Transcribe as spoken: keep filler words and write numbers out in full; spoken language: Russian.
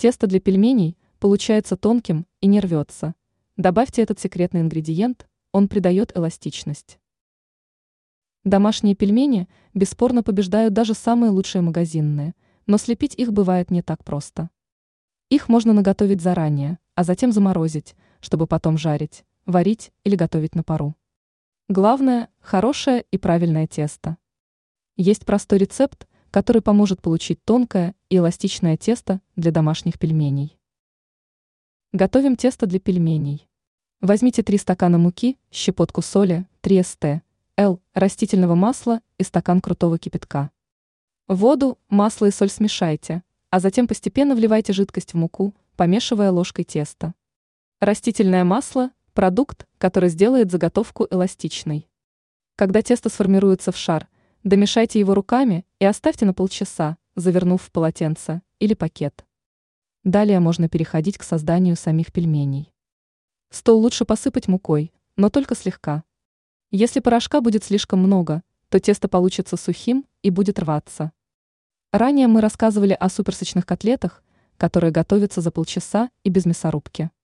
Тесто для пельменей получается тонким и не рвется. Добавьте этот секретный ингредиент, он придает эластичность. Домашние пельмени бесспорно побеждают даже самые лучшие магазинные, но слепить их бывает не так просто. Их можно наготовить заранее, а затем заморозить, чтобы потом жарить, варить или готовить на пару. Главное – хорошее и правильное тесто. Есть простой рецепт, который поможет получить тонкое и эластичное тесто для домашних пельменей. Готовим тесто для пельменей. Возьмите три стакана муки, щепотку соли, три столовые ложки растительного масла и стакан крутого кипятка. Воду, масло и соль смешайте, а затем постепенно вливайте жидкость в муку, помешивая ложкой тесто. Растительное масло – продукт, который сделает заготовку эластичной. Когда тесто сформируется в шар, домешайте его руками и оставьте на полчаса, завернув в полотенце или пакет. Далее можно переходить к созданию самих пельменей. Стол лучше посыпать мукой, но только слегка. Если порошка будет слишком много, то тесто получится сухим и будет рваться. Ранее мы рассказывали о суперсочных котлетах, которые готовятся за полчаса и без мясорубки.